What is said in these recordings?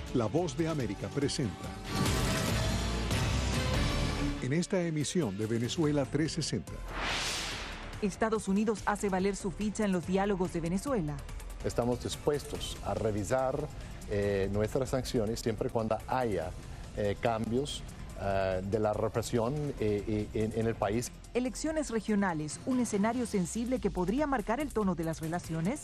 La Voz de América presenta. En esta emisión de Venezuela 360. Estados Unidos hace valer su ficha en los diálogos de Venezuela. Estamos dispuestos a revisar nuestras sanciones siempre cuando haya cambios de la represión en el país. Elecciones regionales, un escenario sensible que podría marcar el tono de las relaciones.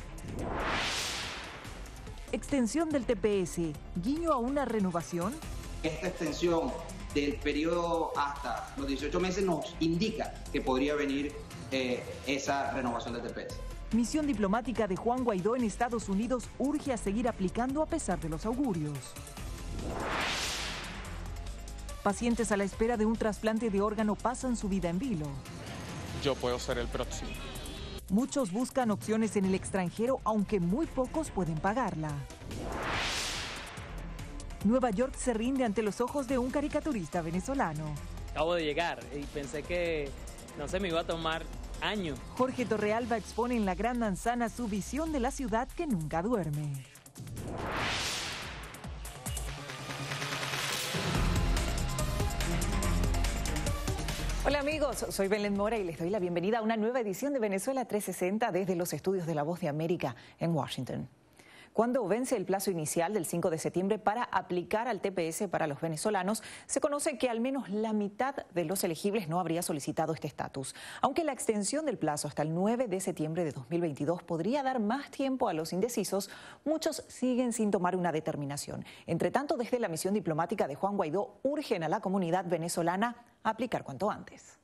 Extensión del TPS, guiño a una renovación. Esta extensión del periodo hasta los 18 meses nos indica que podría venir esa renovación del TPS. Misión diplomática de Juan Guaidó en Estados Unidos urge a seguir aplicando a pesar de los augurios. Pacientes a la espera de un trasplante de órgano pasan su vida en vilo. Yo puedo ser el próximo. Muchos buscan opciones en el extranjero, aunque muy pocos pueden pagarla. Nueva York se rinde ante los ojos de un caricaturista venezolano. Acabo de llegar y pensé que, no sé, me iba a tomar años. Jorge Torrealba expone en La Gran Manzana su visión de la ciudad que nunca duerme. Hola amigos, soy Belén Mora y les doy la bienvenida a una nueva edición de Venezuela 360 desde los estudios de La Voz de América en Washington. Cuando vence el plazo inicial del 5 de septiembre para aplicar al TPS para los venezolanos, se conoce que al menos la mitad de los elegibles no habría solicitado este estatus. Aunque la extensión del plazo hasta el 9 de septiembre de 2022 podría dar más tiempo a los indecisos, muchos siguen sin tomar una determinación. Entre tanto, desde la misión diplomática de Juan Guaidó, urgen a la comunidad venezolana a aplicar cuanto antes.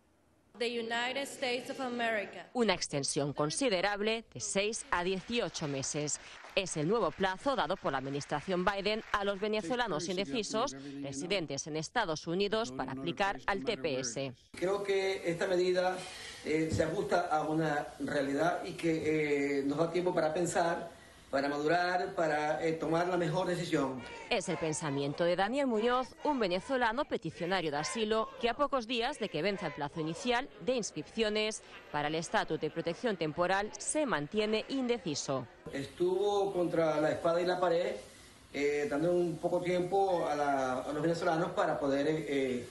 Una extensión considerable de 6 a 18 meses. Es el nuevo plazo dado por la administración Biden a los venezolanos indecisos residentes en Estados Unidos para aplicar al TPS. Creo que esta medida se ajusta a una realidad y que nos da tiempo para pensar, para madurar, para tomar la mejor decisión. Es el pensamiento de Daniel Muñoz, un venezolano peticionario de asilo que a pocos días de que venza el plazo inicial de inscripciones para el estatus de protección temporal se mantiene indeciso. Estuvo contra la espada y la pared, dando un poco tiempo a los venezolanos para poder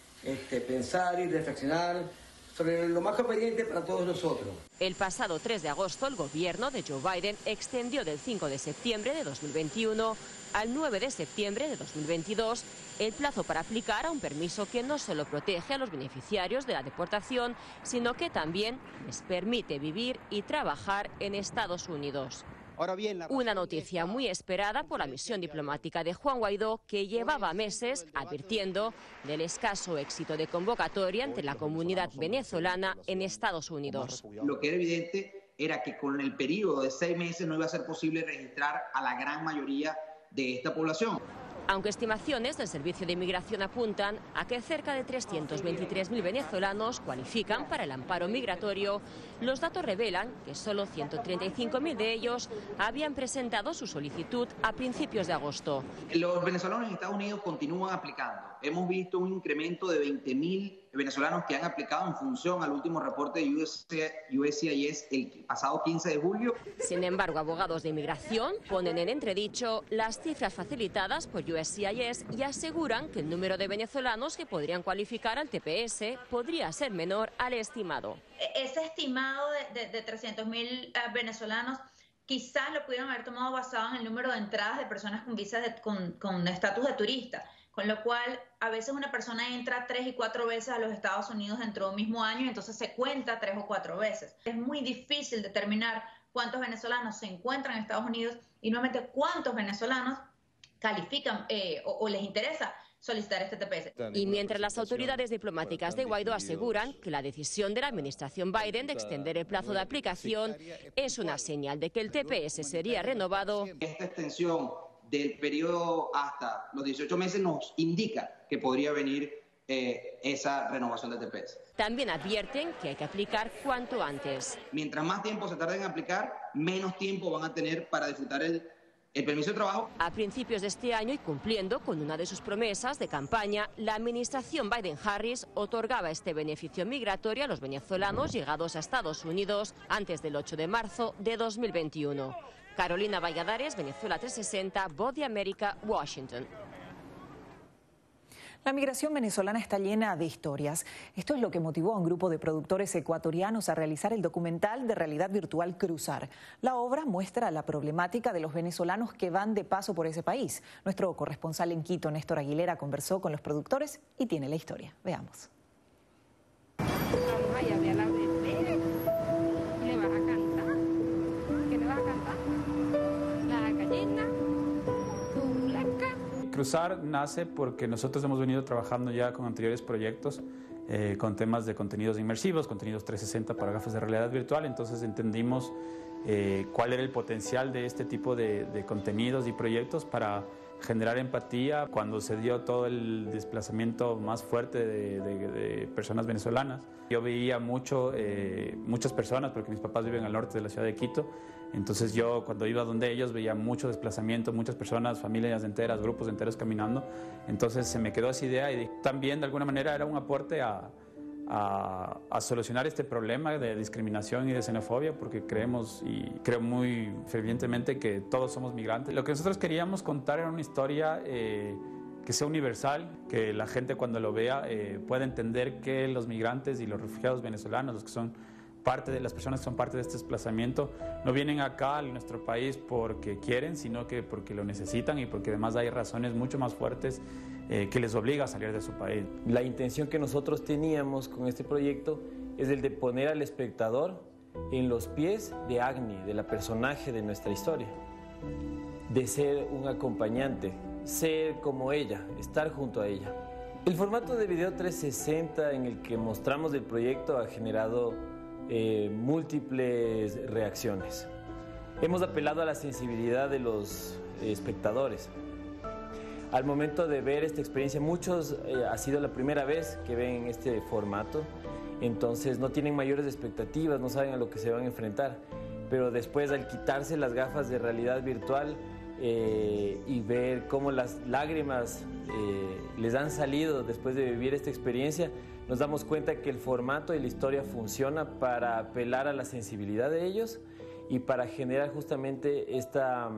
pensar y reflexionar sobre lo más conveniente para todos nosotros. El pasado 3 de agosto, el gobierno de Joe Biden extendió del 5 de septiembre de 2021 al 9 de septiembre de 2022 el plazo para aplicar a un permiso que no solo protege a los beneficiarios de la deportación, sino que también les permite vivir y trabajar en Estados Unidos. Una noticia muy esperada por la misión diplomática de Juan Guaidó, que llevaba meses advirtiendo del escaso éxito de convocatoria ante la comunidad venezolana en Estados Unidos. Lo que era evidente era que con el periodo de 6 meses no iba a ser posible registrar a la gran mayoría de esta población. Aunque estimaciones del Servicio de Inmigración apuntan a que cerca de 323.000 venezolanos cualifican para el amparo migratorio, los datos revelan que solo 135.000 de ellos habían presentado su solicitud a principios de agosto. Los venezolanos en Estados Unidos continúan aplicando. Hemos visto un incremento de 20.000 venezolanos que han aplicado en función al último reporte de USCIS el pasado 15 de julio. Sin embargo, abogados de inmigración ponen en entredicho las cifras facilitadas por USCIS y aseguran que el número de venezolanos que podrían cualificar al TPS podría ser menor al estimado. Ese estimado de 300.000 venezolanos quizás lo pudieron haber tomado basado en el número de entradas de personas con visas con estatus de turista. Con lo cual, a veces una persona entra 3 y 4 veces a los Estados Unidos dentro de un mismo año y entonces se cuenta 3 o 4 veces. Es muy difícil determinar cuántos venezolanos se encuentran en Estados Unidos y nuevamente cuántos venezolanos califican o les interesa solicitar este TPS. Y mientras las autoridades diplomáticas de Guaidó aseguran que la decisión de la administración Biden de extender el plazo de aplicación es una señal de que el TPS sería renovado. Esta extensión del periodo hasta los 18 meses nos indica que podría venir esa renovación del TPS. También advierten que hay que aplicar cuanto antes. Mientras más tiempo se tarde en aplicar, menos tiempo van a tener para disfrutar el permiso de trabajo. A principios de este año y cumpliendo con una de sus promesas de campaña, la administración Biden-Harris otorgaba este beneficio migratorio a los venezolanos llegados a Estados Unidos antes del 8 de marzo de 2021. Carolina Valladares, Venezuela 360, Voz de América, Washington. La migración venezolana está llena de historias. Esto es lo que motivó a un grupo de productores ecuatorianos a realizar el documental de realidad virtual Cruzar. La obra muestra la problemática de los venezolanos que van de paso por ese país. Nuestro corresponsal en Quito, Néstor Aguilera, conversó con los productores y tiene la historia. Veamos. Vamos allá, ve a la bebé. ¿Le vas a cantar? ¿Qué le vas a cantar? La gallina. Cruzar nace porque nosotros hemos venido trabajando ya con anteriores proyectos con temas de contenidos inmersivos, contenidos 360 para gafas de realidad virtual, entonces entendimos cuál era el potencial de este tipo de contenidos y proyectos para generar empatía cuando se dio todo el desplazamiento más fuerte de personas venezolanas. Yo veía muchas personas, porque mis papás viven al norte de la ciudad de Quito, entonces yo cuando iba donde ellos veía mucho desplazamiento, muchas personas, familias enteras, grupos enteros caminando, entonces se me quedó esa idea y también de alguna manera era un aporte a solucionar este problema de discriminación y de xenofobia, porque creemos y creo muy fervientemente que todos somos migrantes. Lo que nosotros queríamos contar era una historia que sea universal, que la gente cuando lo vea pueda entender que los migrantes y los refugiados venezolanos, los que son parte de las personas que son parte de este desplazamiento, no vienen acá a nuestro país porque quieren, sino que porque lo necesitan y porque además hay razones mucho más fuertes que les obliga a salir de su país. La intención que nosotros teníamos con este proyecto es el de poner al espectador en los pies de Agni, de la personaje de nuestra historia, de ser un acompañante, ser como ella, estar junto a ella. El formato de video 360 en el que mostramos el proyecto ha generado múltiples reacciones. Hemos apelado a la sensibilidad de los espectadores. Al momento de ver esta experiencia, muchos ha sido la primera vez que ven este formato, entonces no tienen mayores expectativas, no saben a lo que se van a enfrentar, pero después al quitarse las gafas de realidad virtual y ver cómo las lágrimas les han salido después de vivir esta experiencia, nos damos cuenta que el formato y la historia funciona para apelar a la sensibilidad de ellos y para generar justamente esta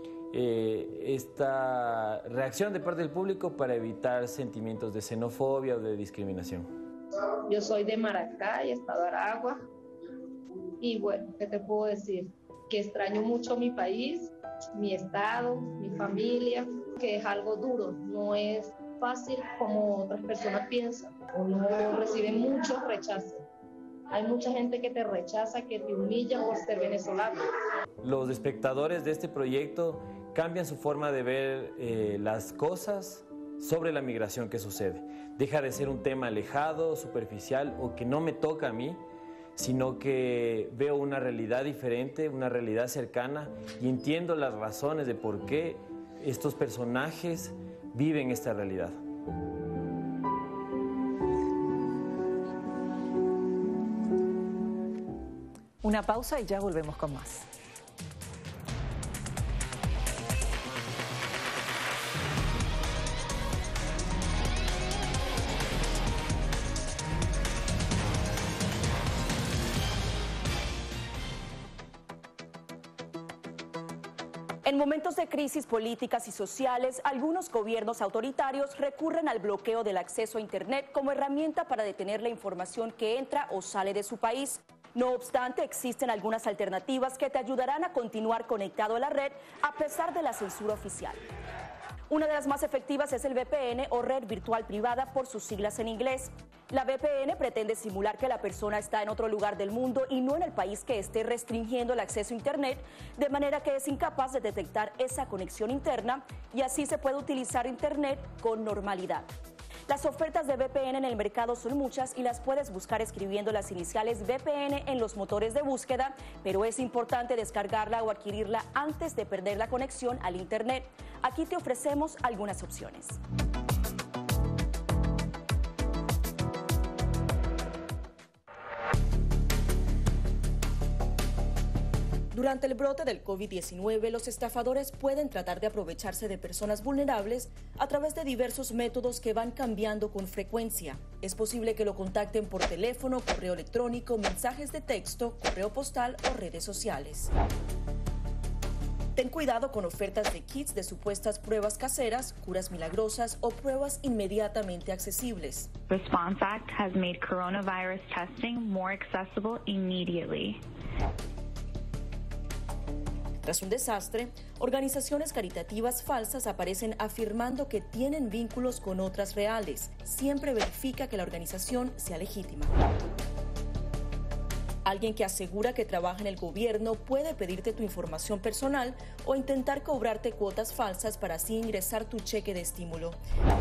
reacción de parte del público para evitar sentimientos de xenofobia o de discriminación. Yo soy de Maracay, estado Aragua, y bueno, ¿qué te puedo decir? Que extraño mucho mi país, mi estado, mi familia, que es algo duro, no es fácil como otras personas piensan. Uno recibe muchos rechazos. Hay mucha gente que te rechaza, que te humilla por ser venezolano. Los espectadores de este proyecto cambian su forma de ver las cosas sobre la migración que sucede. Deja de ser un tema alejado, superficial o que no me toca a mí, sino que veo una realidad diferente, una realidad cercana y entiendo las razones de por qué estos personajes viven esta realidad. Una pausa y ya volvemos con más. En momentos de crisis políticas y sociales, algunos gobiernos autoritarios recurren al bloqueo del acceso a Internet como herramienta para detener la información que entra o sale de su país. No obstante, existen algunas alternativas que te ayudarán a continuar conectado a la red a pesar de la censura oficial. Una de las más efectivas es el VPN o red virtual privada por sus siglas en inglés. La VPN pretende simular que la persona está en otro lugar del mundo y no en el país que esté restringiendo el acceso a Internet, de manera que es incapaz de detectar esa conexión interna y así se puede utilizar Internet con normalidad. Las ofertas de VPN en el mercado son muchas y las puedes buscar escribiendo las iniciales VPN en los motores de búsqueda, pero es importante descargarla o adquirirla antes de perder la conexión al Internet. Aquí te ofrecemos algunas opciones. Durante el brote del COVID-19, los estafadores pueden tratar de aprovecharse de personas vulnerables a través de diversos métodos que van cambiando con frecuencia. Es posible que lo contacten por teléfono, correo electrónico, mensajes de texto, correo postal o redes sociales. Ten cuidado con ofertas de kits de supuestas pruebas caseras, curas milagrosas o pruebas inmediatamente accesibles. Response Act has made coronavirus testing more accessible immediately. Tras un desastre, organizaciones caritativas falsas aparecen afirmando que tienen vínculos con otras reales. Siempre verifica que la organización sea legítima. Alguien que asegura que trabaja en el gobierno puede pedirte tu información personal o intentar cobrarte cuotas falsas para así ingresar tu cheque de estímulo.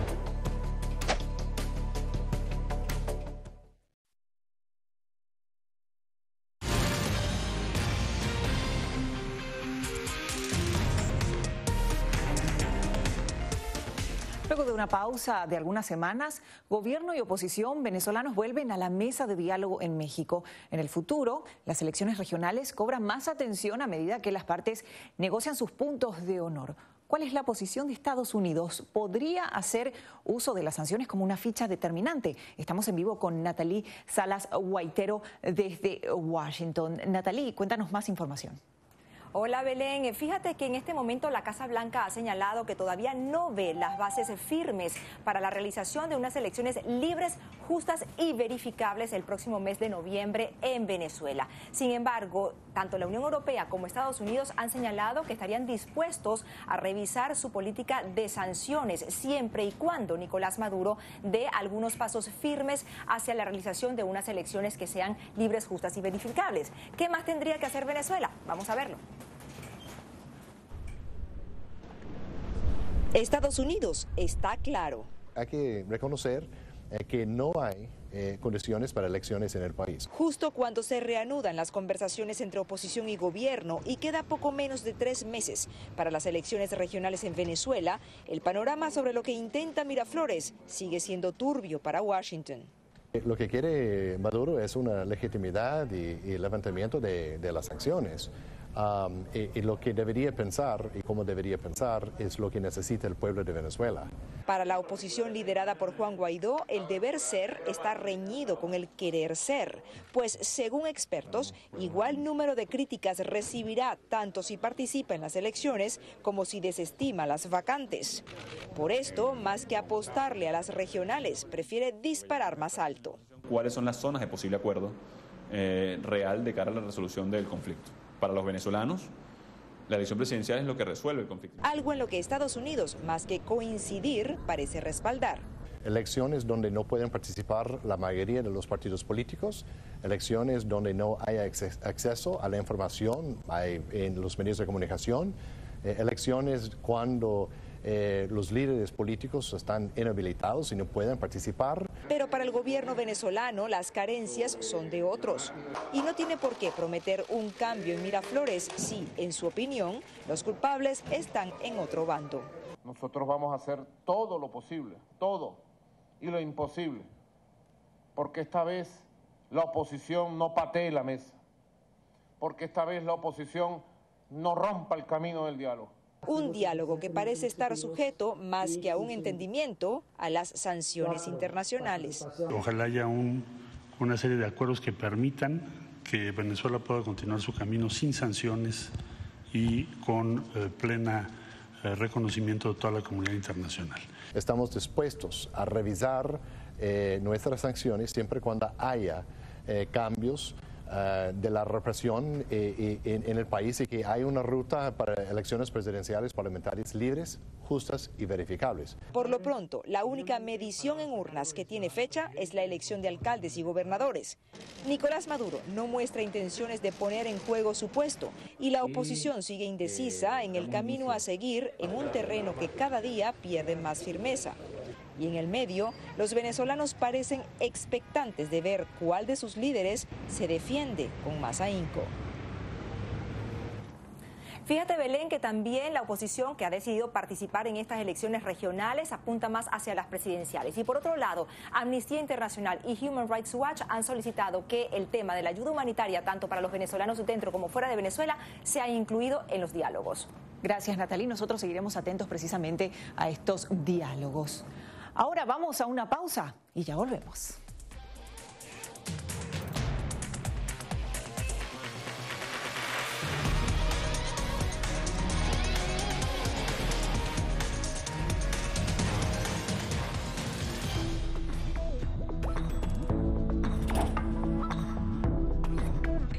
Luego de una pausa de algunas semanas, gobierno y oposición venezolanos vuelven a la mesa de diálogo en México. En el futuro, las elecciones regionales cobran más atención a medida que las partes negocian sus puntos de honor. ¿Cuál es la posición de Estados Unidos? ¿Podría hacer uso de las sanciones como una ficha determinante? Estamos en vivo con Natalie Salas Guaitero desde Washington. Natalie, cuéntanos más información. Hola Belén, fíjate que en este momento la Casa Blanca ha señalado que todavía no ve las bases firmes para la realización de unas elecciones libres, justas y verificables el próximo mes de noviembre en Venezuela. Sin embargo, tanto la Unión Europea como Estados Unidos han señalado que estarían dispuestos a revisar su política de sanciones siempre y cuando Nicolás Maduro dé algunos pasos firmes hacia la realización de unas elecciones que sean libres, justas y verificables. ¿Qué más tendría que hacer Venezuela? Vamos a verlo. Estados Unidos está claro. Hay que reconocer que no hay condiciones para elecciones en el país. Justo cuando se reanudan las conversaciones entre oposición y gobierno y queda poco menos de 3 meses para las elecciones regionales en Venezuela, el panorama sobre lo que intenta Miraflores sigue siendo turbio para Washington. Lo que quiere Maduro es una legitimidad y levantamiento de las sanciones. Y lo que debería pensar y cómo debería pensar es lo que necesita el pueblo de Venezuela. Para la oposición liderada por Juan Guaidó, el deber ser está reñido con el querer ser, pues según expertos, igual número de críticas recibirá tanto si participa en las elecciones como si desestima las vacantes. Por esto, más que apostarle a las regionales, prefiere disparar más alto. ¿Cuáles son las zonas de posible acuerdo real de cara a la resolución del conflicto? Para los venezolanos, la elección presidencial es lo que resuelve el conflicto. Algo en lo que Estados Unidos, más que coincidir, parece respaldar. Elecciones donde no pueden participar la mayoría de los partidos políticos, elecciones donde no haya acceso a la información en los medios de comunicación, elecciones cuando los líderes políticos están inhabilitados y no pueden participar. Pero para el gobierno venezolano las carencias son de otros. Y no tiene por qué prometer un cambio en Miraflores si, en su opinión, los culpables están en otro bando. Nosotros vamos a hacer todo lo posible, todo, y lo imposible, porque esta vez la oposición no patee la mesa, porque esta vez la oposición no rompa el camino del diálogo. Un diálogo que parece estar sujeto, más que a un entendimiento, a las sanciones internacionales. Ojalá haya una serie de acuerdos que permitan que Venezuela pueda continuar su camino sin sanciones y con plena reconocimiento de toda la comunidad internacional. Estamos dispuestos a revisar nuestras sanciones siempre cuando haya cambios de la represión en el país y que hay una ruta para elecciones presidenciales parlamentarias libres, justas y verificables. Por lo pronto, la única medición en urnas que tiene fecha es la elección de alcaldes y gobernadores. Nicolás Maduro no muestra intenciones de poner en juego su puesto y la oposición sigue indecisa en el camino a seguir en un terreno que cada día pierde más firmeza. Y en el medio, los venezolanos parecen expectantes de ver cuál de sus líderes se defiende con más ahínco. Fíjate, Belén, que también la oposición que ha decidido participar en estas elecciones regionales apunta más hacia las presidenciales. Y por otro lado, Amnistía Internacional y Human Rights Watch han solicitado que el tema de la ayuda humanitaria, tanto para los venezolanos dentro como fuera de Venezuela, sea incluido en los diálogos. Gracias, Natalie. Nosotros seguiremos atentos precisamente a estos diálogos. Ahora vamos a una pausa y ya volvemos.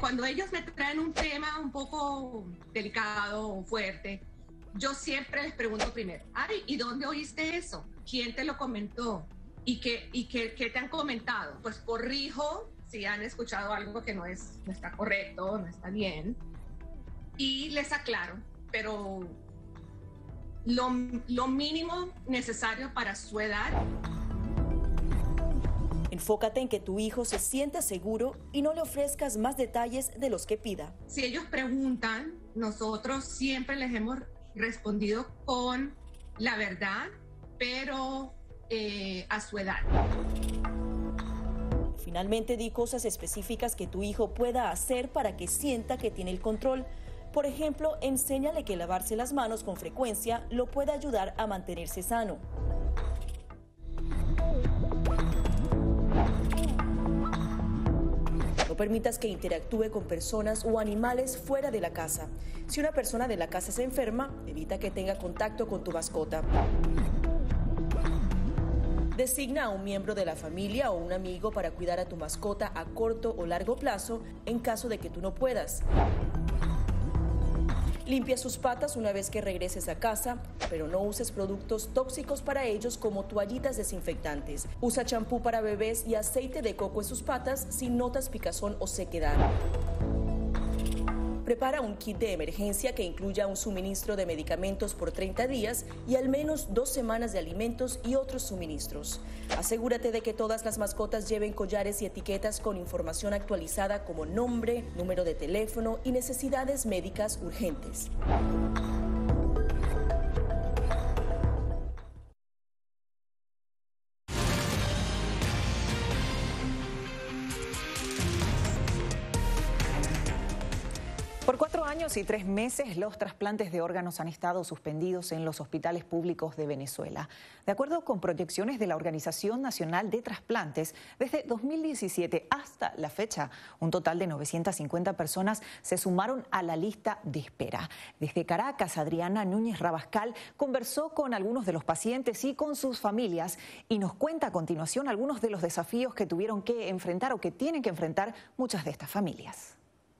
cuando ellos me traen un tema un poco delicado o fuerte, yo siempre les pregunto primero, ay, ¿y dónde oíste eso? ¿Quién te lo comentó? ¿Y qué te han comentado? Pues corrijo si han escuchado algo que no está correcto, no está bien, y les aclaro, pero lo mínimo necesario para su edad. Enfócate en que tu hijo se sienta seguro y no le ofrezcas más detalles de los que pida. Si ellos preguntan, nosotros siempre les hemos respondido con la verdad, pero a su edad. Finalmente, di cosas específicas que tu hijo pueda hacer para que sienta que tiene el control. Por ejemplo, enséñale que lavarse las manos con frecuencia lo puede ayudar a mantenerse sano. No permitas que interactúe con personas o animales fuera de la casa. Si una persona de la casa se enferma, evita que tenga contacto con tu mascota. Designa a un miembro de la familia o un amigo para cuidar a tu mascota a corto o largo plazo en caso de que tú no puedas. Limpia sus patas una vez que regreses a casa, pero no uses productos tóxicos para ellos como toallitas desinfectantes. Usa champú para bebés y aceite de coco en sus patas si notas picazón o sequedad. Prepara un kit de emergencia que incluya un suministro de medicamentos por 30 días y al menos 2 semanas de alimentos y otros suministros. Asegúrate de que todas las mascotas lleven collares y etiquetas con información actualizada como nombre, número de teléfono y necesidades médicas urgentes. Por 4 años y 3 meses, los trasplantes de órganos han estado suspendidos en los hospitales públicos de Venezuela. De acuerdo con proyecciones de la Organización Nacional de Trasplantes, desde 2017 hasta la fecha, un total de 950 personas se sumaron a la lista de espera. Desde Caracas, Adriana Núñez Rabascal conversó con algunos de los pacientes y con sus familias y nos cuenta a continuación algunos de los desafíos que tuvieron que enfrentar o que tienen que enfrentar muchas de estas familias.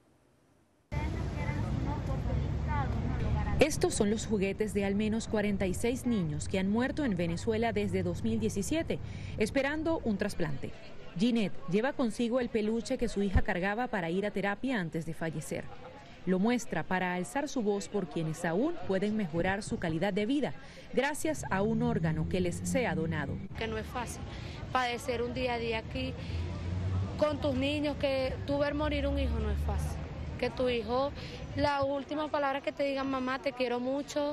Estos son los juguetes de al menos 46 niños que han muerto en Venezuela desde 2017, esperando un trasplante. Ginette lleva consigo el peluche que su hija cargaba para ir a terapia antes de fallecer. Lo muestra para alzar su voz por quienes aún pueden mejorar su calidad de vida, gracias a un órgano que les sea donado. Que no es fácil padecer un día a día aquí con tus niños, que tú ver morir un hijo no es fácil. Que tu hijo, la última palabra que te digan, mamá, te quiero mucho,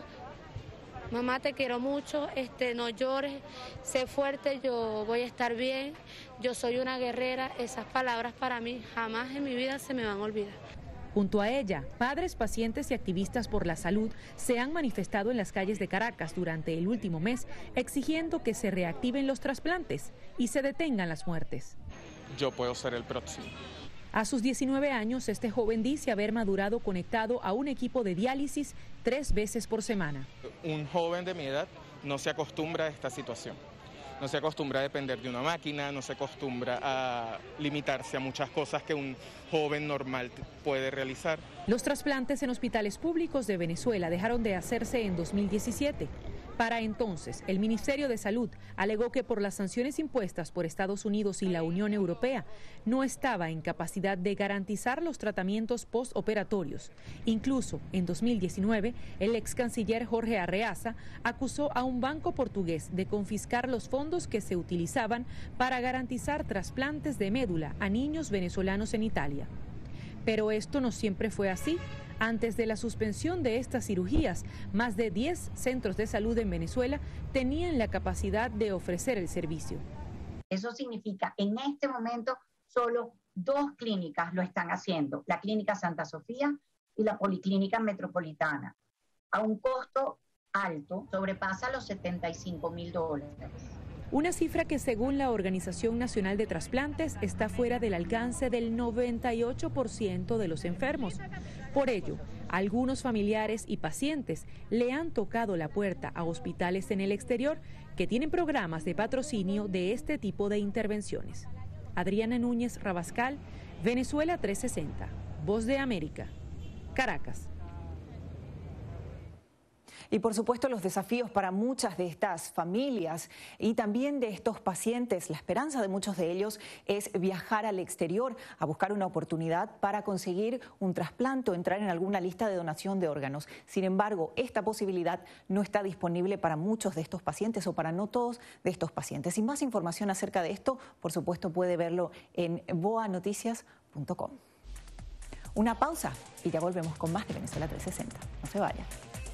mamá, te quiero mucho, no llores, sé fuerte, yo voy a estar bien, yo soy una guerrera, esas palabras para mí jamás en mi vida se me van a olvidar. Junto a ella, padres, pacientes y activistas por la salud se han manifestado en las calles de Caracas durante el último mes, exigiendo que se reactiven los trasplantes y se detengan las muertes. Yo puedo ser el próximo. A sus 19 años, este joven dice haber madurado conectado a un equipo de diálisis 3 veces por semana. Un joven de mi edad no se acostumbra a esta situación. No se acostumbra a depender de una máquina, no se acostumbra a limitarse a muchas cosas que un joven normal puede realizar. Los trasplantes en hospitales públicos de Venezuela dejaron de hacerse en 2017. Para entonces, el Ministerio de Salud alegó que por las sanciones impuestas por Estados Unidos y la Unión Europea, no estaba en capacidad de garantizar los tratamientos postoperatorios. Incluso, en 2019, el ex canciller Jorge Arreaza acusó a un banco portugués de confiscar los fondos que se utilizaban para garantizar trasplantes de médula a niños venezolanos en Italia. Pero esto no siempre fue así. Antes de la suspensión de estas cirugías, más de 10 centros de salud en Venezuela tenían la capacidad de ofrecer el servicio. Eso significa, en este momento, solo 2 clínicas lo están haciendo, la Clínica Santa Sofía y la Policlínica Metropolitana, a un costo alto, sobrepasa los $75.000. Una cifra que, según la Organización Nacional de Trasplantes, está fuera del alcance del 98% de los enfermos. Por ello, algunos familiares y pacientes le han tocado la puerta a hospitales en el exterior que tienen programas de patrocinio de este tipo de intervenciones. Adriana Núñez Rabascal, Venezuela 360, Voz de América, Caracas. Y por supuesto los desafíos para muchas de estas familias y también de estos pacientes. La esperanza de muchos de ellos es viajar al exterior a buscar una oportunidad para conseguir un trasplante o entrar en alguna lista de donación de órganos. Sin embargo, esta posibilidad no está disponible para muchos de estos pacientes o para no todos de estos pacientes. Y más información acerca de esto, por supuesto, puede verlo en boanoticias.com. Una pausa y ya volvemos con más de Venezuela 360. No se vayan.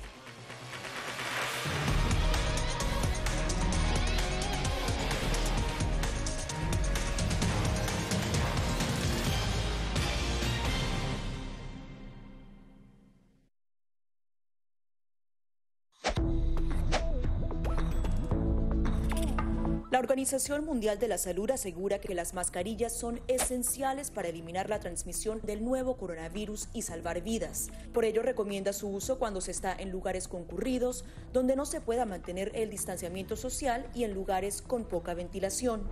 La Organización Mundial de la Salud asegura que las mascarillas son esenciales para eliminar la transmisión del nuevo coronavirus y salvar vidas. Por ello recomienda su uso cuando se está en lugares concurridos, donde no se pueda mantener el distanciamiento social y en lugares con poca ventilación.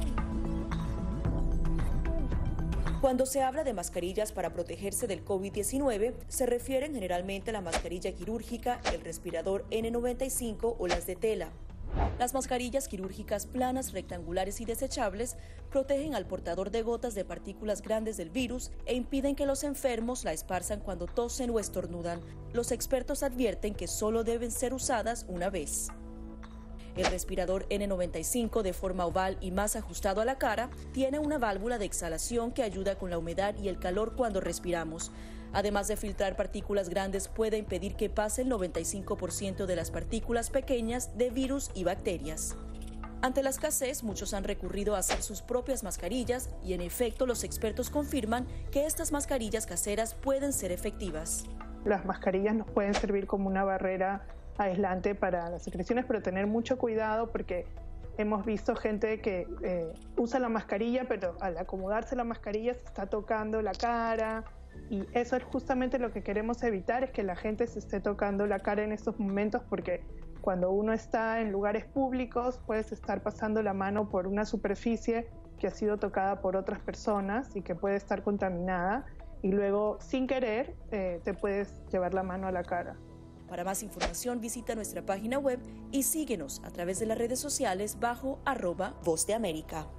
Cuando se habla de mascarillas para protegerse del COVID-19, se refieren generalmente a la mascarilla quirúrgica, el respirador N95 o las de tela. Las mascarillas quirúrgicas planas, rectangulares y desechables protegen al portador de gotas de partículas grandes del virus e impiden que los enfermos la esparzan cuando tosen o estornudan. Los expertos advierten que solo deben ser usadas una vez. El respirador N95, de forma oval y más ajustado a la cara, tiene una válvula de exhalación que ayuda con la humedad y el calor cuando respiramos. Además de filtrar partículas grandes, puede impedir que pase el 95% de las partículas pequeñas de virus y bacterias. Ante la escasez, muchos han recurrido a hacer sus propias mascarillas y, en efecto, los expertos confirman que estas mascarillas caseras pueden ser efectivas. Las mascarillas nos pueden servir como una barrera aislante para las secreciones, pero tener mucho cuidado porque hemos visto gente que usa la mascarilla, pero al acomodarse la mascarilla se está tocando la cara. Y eso es justamente lo que queremos evitar, es que la gente se esté tocando la cara en estos momentos, porque cuando uno está en lugares públicos puedes estar pasando la mano por una superficie que ha sido tocada por otras personas y que puede estar contaminada y luego sin querer te puedes llevar la mano a la cara. Para más información visita nuestra página web y síguenos a través de las redes sociales bajo @Voz de América.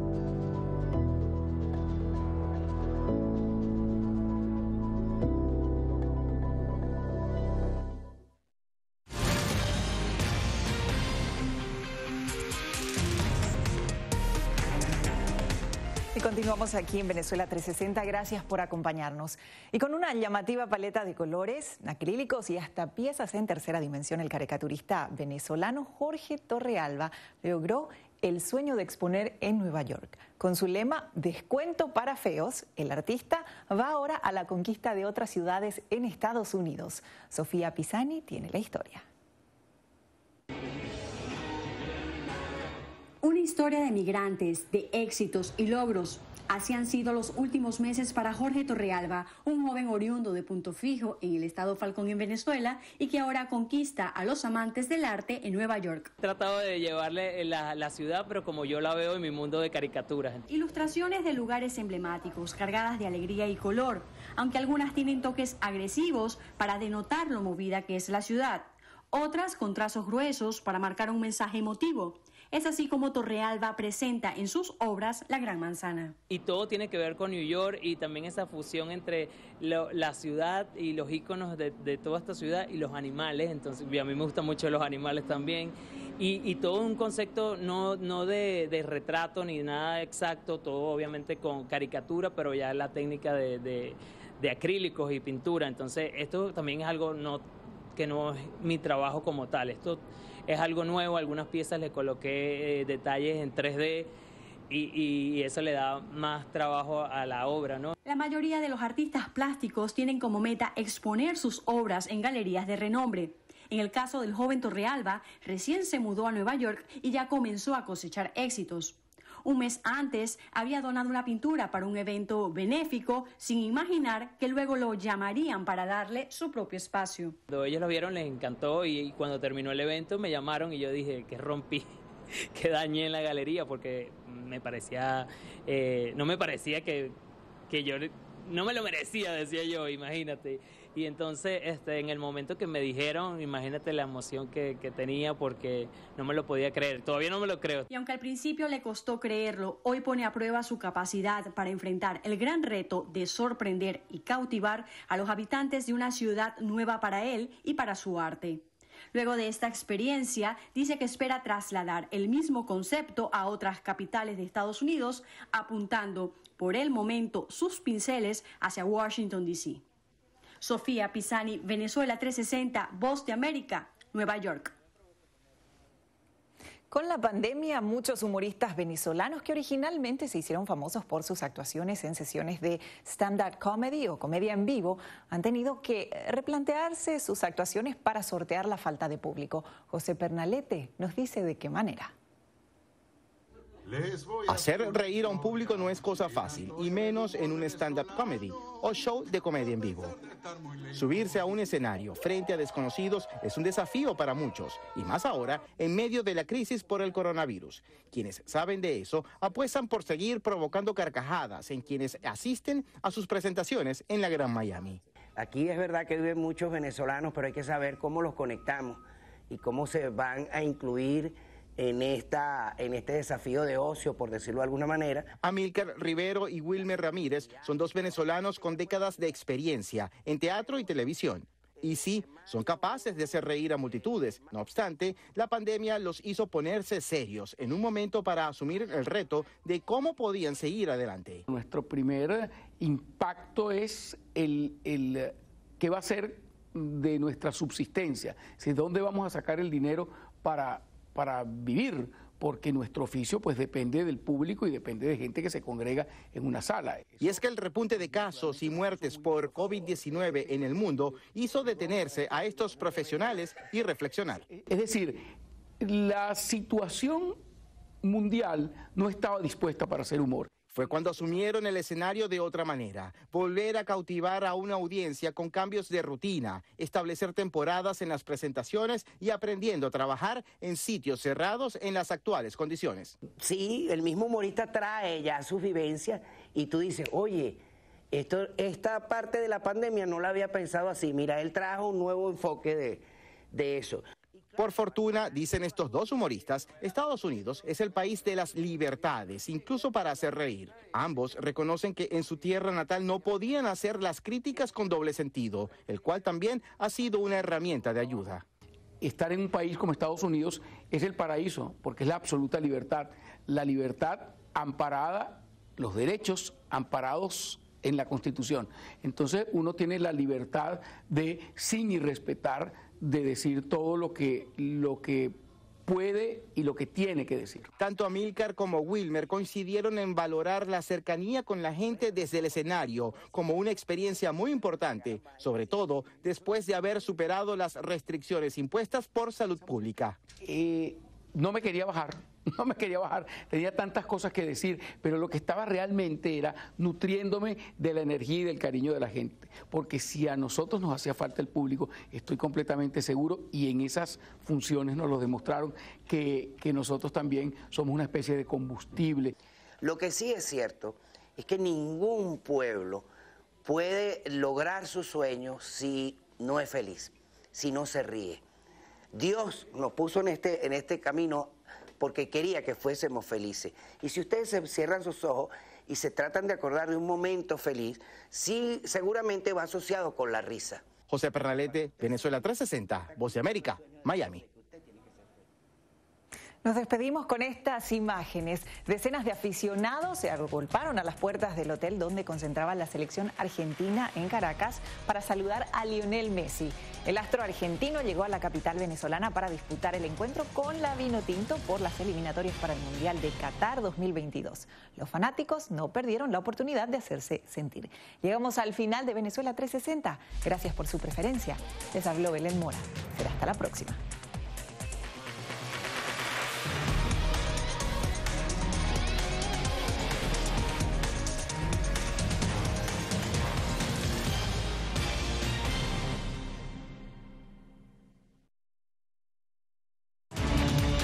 Continuamos aquí en Venezuela 360, gracias por acompañarnos. Y con una llamativa paleta de colores, acrílicos y hasta piezas en tercera dimensión, el caricaturista venezolano Jorge Torrealba logró el sueño de exponer en Nueva York. Con su lema "Descuento para feos", el artista va ahora a la conquista de otras ciudades en Estados Unidos. Sofía Pisani tiene la historia. Una historia de migrantes, de éxitos y logros. Así han sido los últimos meses para Jorge Torrealba, un joven oriundo de Punto Fijo en el estado Falcón en Venezuela y que ahora conquista a los amantes del arte en Nueva York. He tratado de llevarle la ciudad, pero como yo la veo en mi mundo de caricaturas. Ilustraciones de lugares emblemáticos, cargadas de alegría y color, aunque algunas tienen toques agresivos para denotar lo movida que es la ciudad. Otras con trazos gruesos para marcar un mensaje emotivo. Es así como Torrealba presenta en sus obras la Gran Manzana. Y todo tiene que ver con New York y también esa fusión entre la ciudad y los íconos de toda esta ciudad y los animales. Entonces, a mí me gustan mucho los animales también. Y todo un concepto no de retrato ni nada exacto, todo obviamente con caricatura, pero ya la técnica de acrílicos y pintura. Entonces, esto también es algo que no es mi trabajo como tal. Esto es algo nuevo, algunas piezas le coloqué detalles en 3D y eso le da más trabajo a la obra, ¿no? La mayoría de los artistas plásticos tienen como meta exponer sus obras en galerías de renombre. En el caso del joven Torrealba, recién se mudó a Nueva York y ya comenzó a cosechar éxitos. Un mes antes había donado una pintura para un evento benéfico sin imaginar que luego lo llamarían para darle su propio espacio. Cuando ellos lo vieron les encantó y cuando terminó el evento me llamaron y yo dije que rompí, que dañé en la galería porque me parecía, no me parecía que yo no me lo merecía, decía yo, imagínate. Y entonces, en el momento que me dijeron, imagínate la emoción que tenía, porque no me lo podía creer, todavía no me lo creo. Y aunque al principio le costó creerlo, hoy pone a prueba su capacidad para enfrentar el gran reto de sorprender y cautivar a los habitantes de una ciudad nueva para él y para su arte. Luego de esta experiencia, dice que espera trasladar el mismo concepto a otras capitales de Estados Unidos, apuntando por el momento sus pinceles hacia Washington, D.C. Sofía Pisani, Venezuela 360, Voz de América, Nueva York. Con la pandemia, muchos humoristas venezolanos que originalmente se hicieron famosos por sus actuaciones en sesiones de stand-up comedy o comedia en vivo han tenido que replantearse sus actuaciones para sortear la falta de público. José Pernalete nos dice de qué manera. Hacer reír a un público no es cosa fácil, y menos en un stand-up comedy o show de comedia en vivo. Subirse a un escenario frente a desconocidos es un desafío para muchos, y más ahora en medio de la crisis por el coronavirus. Quienes saben de eso apuestan por seguir provocando carcajadas en quienes asisten a sus presentaciones en la Gran Miami. Aquí es verdad que viven muchos venezolanos, pero hay que saber cómo los conectamos y cómo se van a incluir en este desafío de ocio, por decirlo de alguna manera. Amílcar Rivero y Wilmer Ramírez son dos venezolanos con décadas de experiencia en teatro y televisión. Y sí, son capaces de hacer reír a multitudes. No obstante, la pandemia los hizo ponerse serios en un momento para asumir el reto de cómo podían seguir adelante. Nuestro primer impacto es el qué va a ser de nuestra subsistencia. Si ¿dónde vamos a sacar el dinero para vivir? Porque nuestro oficio pues depende del público y depende de gente que se congrega en una sala. Y es que el repunte de casos y muertes por COVID-19 en el mundo hizo detenerse a estos profesionales y reflexionar. Es decir, la situación mundial no estaba dispuesta para hacer humor. Fue cuando asumieron el escenario de otra manera, volver a cautivar a una audiencia con cambios de rutina, establecer temporadas en las presentaciones y aprendiendo a trabajar en sitios cerrados en las actuales condiciones. Sí, el mismo humorista trae ya sus vivencias y tú dices, oye, esta parte de la pandemia no la había pensado así. Mira, él trajo un nuevo enfoque de eso. Por fortuna, dicen estos dos humoristas, Estados Unidos es el país de las libertades, incluso para hacer reír. Ambos reconocen que en su tierra natal no podían hacer las críticas con doble sentido, el cual también ha sido una herramienta de ayuda. Estar en un país como Estados Unidos es el paraíso, porque es la absoluta libertad. La libertad amparada, los derechos amparados en la Constitución. Entonces uno tiene la libertad de, sin irrespetar, de decir todo lo que puede y lo que tiene que decir. Tanto Amílcar como Wilmer coincidieron en valorar la cercanía con la gente desde el escenario como una experiencia muy importante, sobre todo después de haber superado las restricciones impuestas por salud pública. No me quería bajar, tenía tantas cosas que decir, pero lo que estaba realmente era nutriéndome de la energía y del cariño de la gente, porque si a nosotros nos hacía falta el público, estoy completamente seguro, y en esas funciones nos lo demostraron, que nosotros también somos una especie de combustible. Lo que sí es cierto es que ningún pueblo puede lograr sus sueños si no es feliz, si no se ríe. Dios nos puso en este camino porque quería que fuésemos felices. Y si ustedes se cierran sus ojos y se tratan de acordar de un momento feliz, sí, seguramente va asociado con la risa. José Pernalete, Venezuela 360, Voz de América, Miami. Nos despedimos con estas imágenes. Decenas de aficionados se agolparon a las puertas del hotel donde concentraba la selección argentina en Caracas para saludar a Lionel Messi. El astro argentino llegó a la capital venezolana para disputar el encuentro con la Vinotinto por las eliminatorias para el Mundial de Qatar 2022. Los fanáticos no perdieron la oportunidad de hacerse sentir. Llegamos al final de Venezuela 360. Gracias por su preferencia. Les habló Belén Mora. Será hasta la próxima.